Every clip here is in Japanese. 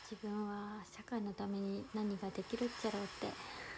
自分は社会のために何ができるっちゃろうって、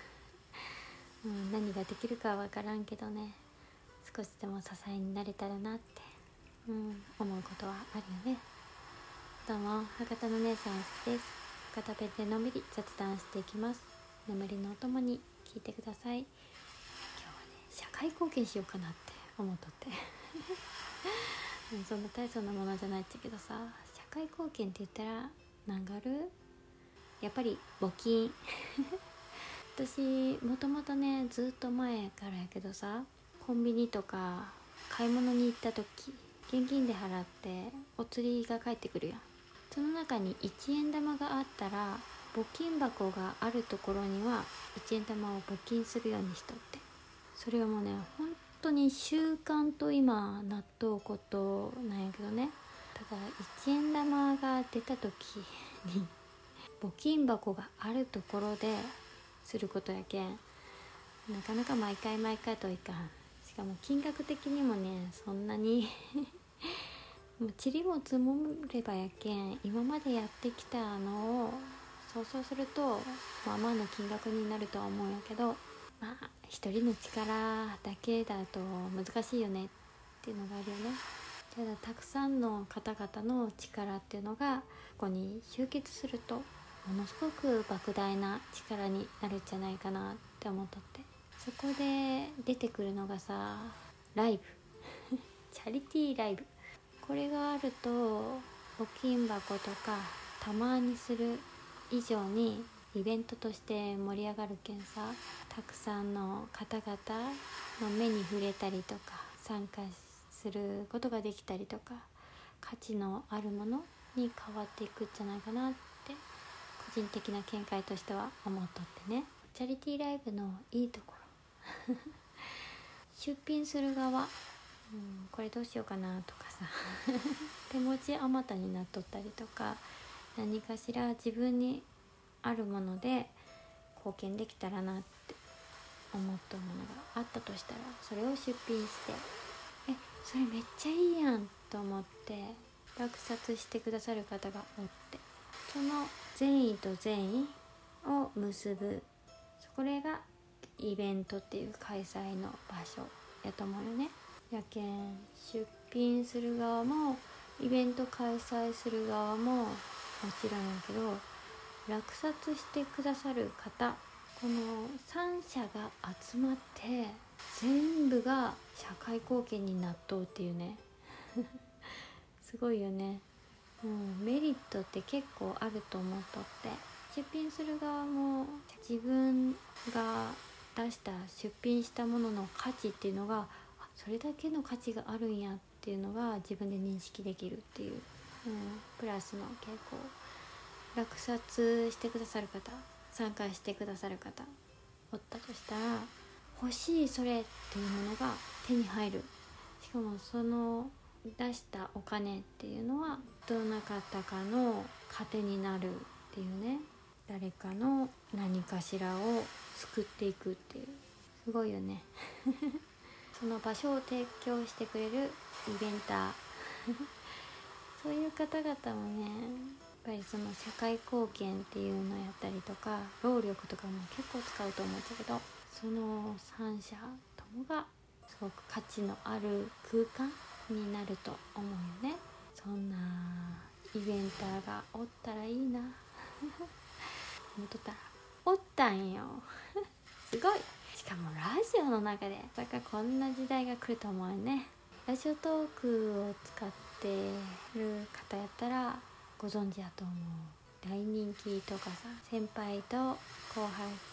何ができるかは分からんけどね、少しでも支えになれたらなって、思うことはあるよね。どうも、博多の姉さん好きです。博多弁でのんびり雑談していきます。眠りのお供に聞いてください。今日はね、社会貢献しようかなって思っとってそんな大層なものじゃないっちゃけどさ、社会貢献って言ったら何がある？やっぱり募金私もともとね、ずっと前からやけどさ、コンビニとか買い物に行った時、現金で払ってお釣りが返ってくるやん。その中に1円玉があったら、募金箱があるところには1円玉を募金するようにしとって、それはもうね、本当に習慣と今なっとうことなんやけどね。ただ1円玉が出た時に募金箱があるところですることやけん、なかなか毎回といかん。しかも金額的にもね、そんなにもう塵も積もればやけん、今までやってきたのを想像するとまあまあの金額になるとは思うんやけど、まあ一人の力だけだと難しいよねっていうのがあるよね。ただたくさんの方々の力っていうのがここに集結すると、ものすごく莫大な力になるんじゃないかなって思っとって、そこで出てくるのがさ、ライブチャリティーライブ。これがあると募金箱とかたまにする以上にイベントとして盛り上がるけんさ、たくさんの方々の目に触れたりとか参加することができたりとか、価値のあるものに変わっていくんじゃないかなって個人的な見解としては思っとってね。チャリティーライブのいいところ出品する側、これどうしようかなとかさ手持ちあまたになっとったりとか、何かしら自分にあるもので貢献できたらなって思ったものがあったとしたら、それを出品して、それめっちゃいいやんと思って落札してくださる方がおって、その善意と善意を結ぶ、これがイベントっていう開催の場所やと思うよね。やけん出品する側もイベント開催する側ももちろんやけど、落札してくださる方、この3社が集まって全部が社会貢献になっとうっていうねすごいよね。メリットって結構あると思っとって、出品する側も自分が出した出品したものの価値っていうのが、それだけの価値があるんやっていうのが自分で認識できるっていう、プラスの結構落札してくださる方、参加してくださる方おったとしたら、欲しいそれっていうものが手に入る。しかもその出したお金っていうのはどなかったかの糧になるっていうね、誰かの何かしらを救っていくっていう、すごいよねその場所を提供してくれるイベンターそういう方々もね、やっぱりその社会貢献っていうのやったりとか、労力とかも結構使うと思うんだけど、その3社ともがすごく価値のある空間になると思うよね。そんなイベンターがおったらいいな思っとったらおったんよすごい。しかもラジオの中で、だからこんな時代が来ると思うよね。ラジオトークを使ってる方やったらご存知だと思う。大人気とかさ、先輩と後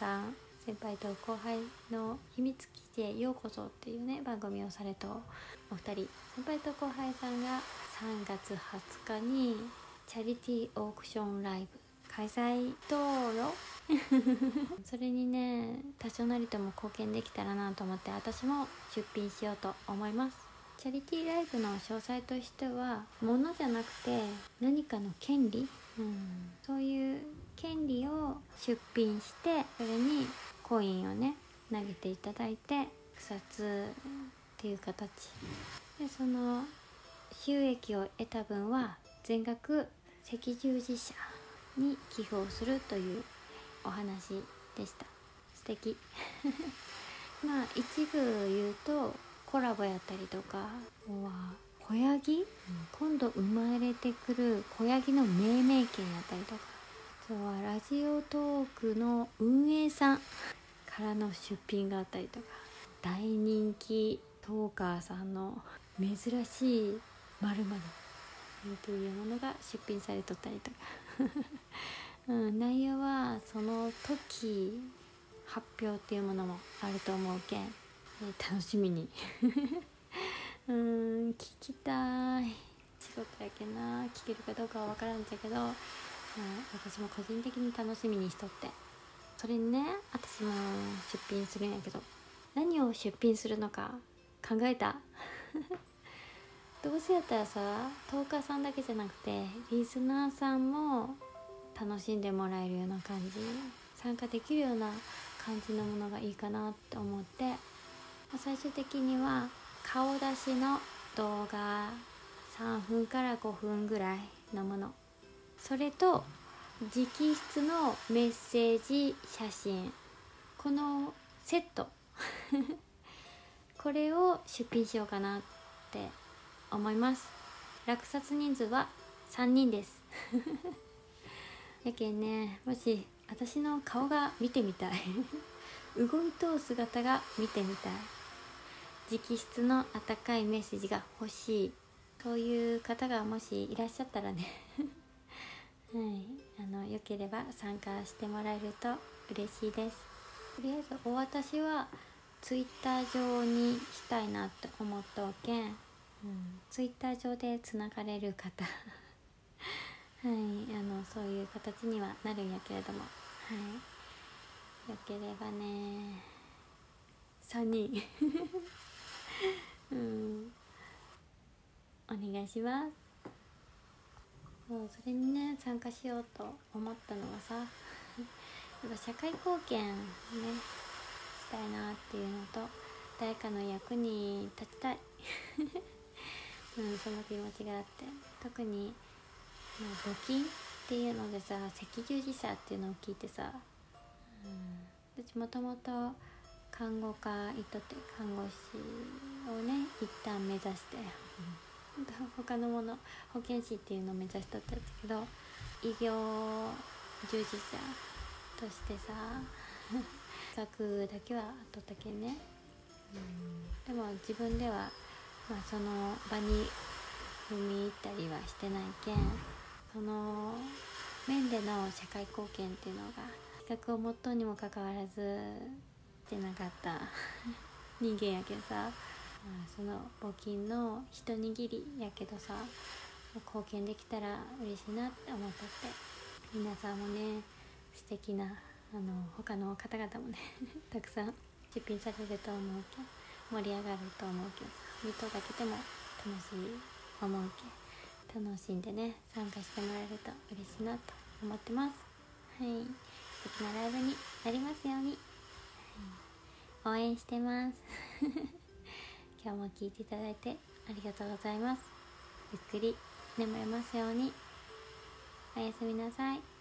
輩の秘密基地へようこそっていうね、番組をされたお二人、先輩と後輩さんが3月20日にチャリティーオークションライブ開催道路それにね、多少なりとも貢献できたらなと思って、私も出品しようと思います。チャリティーライブの詳細としては、物じゃなくて何かの権利、そういう権利を出品して、それにコインをね投げていただいて草津っていう形で、その収益を得た分は全額赤十字社に寄付をするというお話でした。素敵まあ一部言うとコラボやったりとかは子ヤギ、今度生まれてくる子ヤギの命名権やったりとか、あとはラジオトークの運営さんからの出品があったりとか、大人気トーカーさんの珍しい〇〇というものが出品されとったりとか内容はその時発表っていうものもあると思うけん、楽しみに聞きたい。仕事やけな、聞けるかどうかは分からんじゃけど、私も個人的に楽しみにしとって、それにね、私も出品するんやけど、何を出品するのか考えたどうせやったらさ、トーカーさんだけじゃなくてリスナーさんも楽しんでもらえるような感じ、参加できるような感じのものがいいかなって思って、最終的には顔出しの動画3分から5分ぐらいのもの、それと直筆のメッセージ写真、このセットこれを出品しようかなって思います。落札人数は3人ですやけんね、もし私の顔が見てみたい動いとう姿が見てみたい、直筆の温かいメッセージが欲しい、そういう方がもしいらっしゃったらねはい、よければ参加してもらえると嬉しいです。とりあえずお渡はツイッター上にしたいなって思っておけん、ツイッター上でつながれる方はい、そういう形にはなるんやけれども、はい、よければね3人お願いします。それにね、参加しようと思ったのはさやっぱ社会貢献ねしたいなっていうのと、誰かの役に立ちたいその気持ちがあって、特に募金っていうのでさ、赤十字社っていうのを聞いてさ、私もともと看護科行っとって、看護師をね一旦目指して他のもの保健師っていうのを目指しとったんだけど、医療従事者としてさ資格だけは取ったけんね、でも自分では、その場に踏み入ったりはしてないけん、その面での社会貢献っていうのが資格を持っとうにもかかわらずしてなかった人間やけんさ、その募金の一握りやけどさ、貢献できたら嬉しいなって思ったって、皆さんもね素敵な他の方々もねたくさん出品されると思うけん、盛り上がると思うけんさ、見とだけでも楽しい思うけん、楽しんでね参加してもらえると嬉しいなと思ってます。はい、素敵なライブになりますように、応援してます今日も聞いていただいてありがとうございます。ゆっくり眠れますように。おやすみなさい。